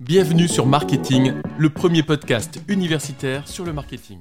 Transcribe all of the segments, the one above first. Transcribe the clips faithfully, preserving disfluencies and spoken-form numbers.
Bienvenue sur Marketing, le premier podcast universitaire sur le marketing.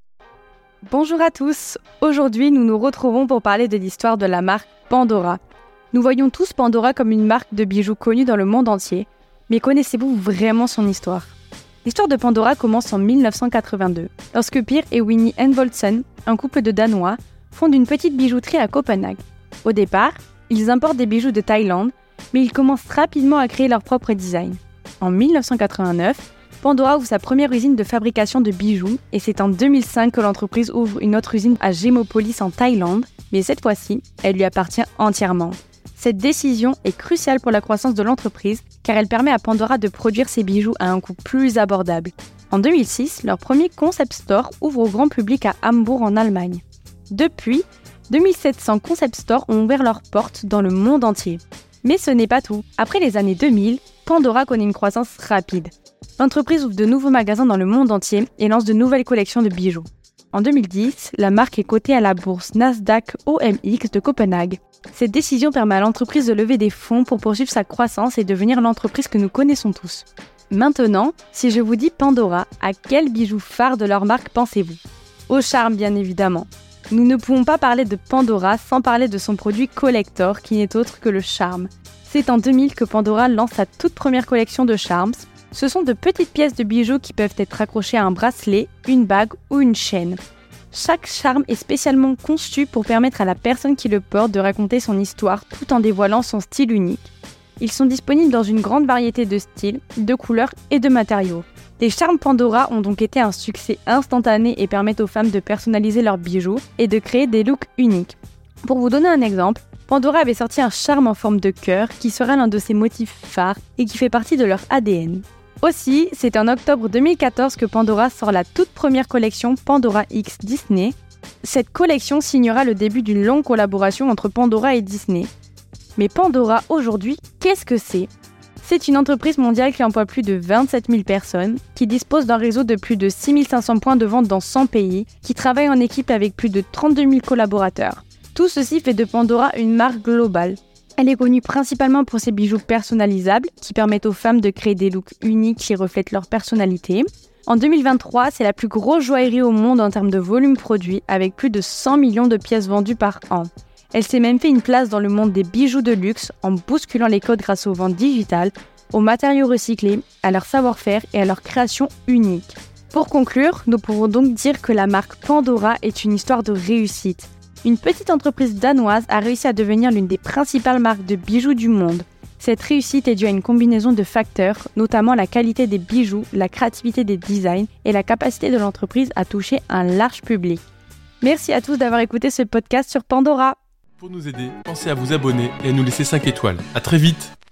Bonjour à tous, aujourd'hui nous nous retrouvons pour parler de l'histoire de la marque Pandora. Nous voyons tous Pandora comme une marque de bijoux connue dans le monde entier, mais connaissez-vous vraiment son histoire ? L'histoire de Pandora commence en dix-neuf cent quatre-vingt-deux, lorsque Pierre et Winnie Henvoldsen, un couple de Danois, fondent une petite bijouterie à Copenhague. Au départ, ils importent des bijoux de Thaïlande, mais ils commencent rapidement à créer leur propre design. En dix-neuf cent quatre-vingt-neuf, Pandora ouvre sa première usine de fabrication de bijoux et c'est en deux mille cinq que l'entreprise ouvre une autre usine à Gemopolis en Thaïlande, mais cette fois-ci, elle lui appartient entièrement. Cette décision est cruciale pour la croissance de l'entreprise car elle permet à Pandora de produire ses bijoux à un coût plus abordable. En deux mille six, leur premier concept store ouvre au grand public à Hambourg en Allemagne. Depuis, deux mille sept cents concept stores ont ouvert leurs portes dans le monde entier. Mais ce n'est pas tout. Après les années deux mille, Pandora connaît une croissance rapide. L'entreprise ouvre de nouveaux magasins dans le monde entier et lance de nouvelles collections de bijoux. En deux mille dix, la marque est cotée à la bourse Nasdaq O M X de Copenhague. Cette décision permet à l'entreprise de lever des fonds pour poursuivre sa croissance et devenir l'entreprise que nous connaissons tous. Maintenant, si je vous dis Pandora, à quel bijou phare de leur marque pensez-vous ? Au charme, bien évidemment. Nous ne pouvons pas parler de Pandora sans parler de son produit collector qui n'est autre que le charme. C'est en deux mille que Pandora lance sa toute première collection de charms. Ce sont de petites pièces de bijoux qui peuvent être accrochées à un bracelet, une bague ou une chaîne. Chaque charme est spécialement conçu pour permettre à la personne qui le porte de raconter son histoire tout en dévoilant son style unique. Ils sont disponibles dans une grande variété de styles, de couleurs et de matériaux. Les charmes Pandora ont donc été un succès instantané et permettent aux femmes de personnaliser leurs bijoux et de créer des looks uniques. Pour vous donner un exemple, Pandora avait sorti un charme en forme de cœur qui sera l'un de ses motifs phares et qui fait partie de leur A D N. Aussi, c'est en octobre deux mille quatorze que Pandora sort la toute première collection Pandora X Disney. Cette collection signera le début d'une longue collaboration entre Pandora et Disney. Mais Pandora, aujourd'hui, qu'est-ce que c'est ? C'est une entreprise mondiale qui emploie plus de vingt-sept mille personnes, qui dispose d'un réseau de plus de six mille cinq cents points de vente dans cent pays, qui travaille en équipe avec plus de trente-deux mille collaborateurs. Tout ceci fait de Pandora une marque globale. Elle est connue principalement pour ses bijoux personnalisables, qui permettent aux femmes de créer des looks uniques qui reflètent leur personnalité. En deux mille vingt-trois, c'est la plus grosse joaillerie au monde en termes de volume produit, avec plus de cent millions de pièces vendues par an. Elle s'est même fait une place dans le monde des bijoux de luxe en bousculant les codes grâce aux ventes digitales, aux matériaux recyclés, à leur savoir-faire et à leur création unique. Pour conclure, nous pouvons donc dire que la marque Pandora est une histoire de réussite. Une petite entreprise danoise a réussi à devenir l'une des principales marques de bijoux du monde. Cette réussite est due à une combinaison de facteurs, notamment la qualité des bijoux, la créativité des designs et la capacité de l'entreprise à toucher un large public. Merci à tous d'avoir écouté ce podcast sur Pandora. Pour nous aider, pensez à vous abonner et à nous laisser cinq étoiles. À très vite.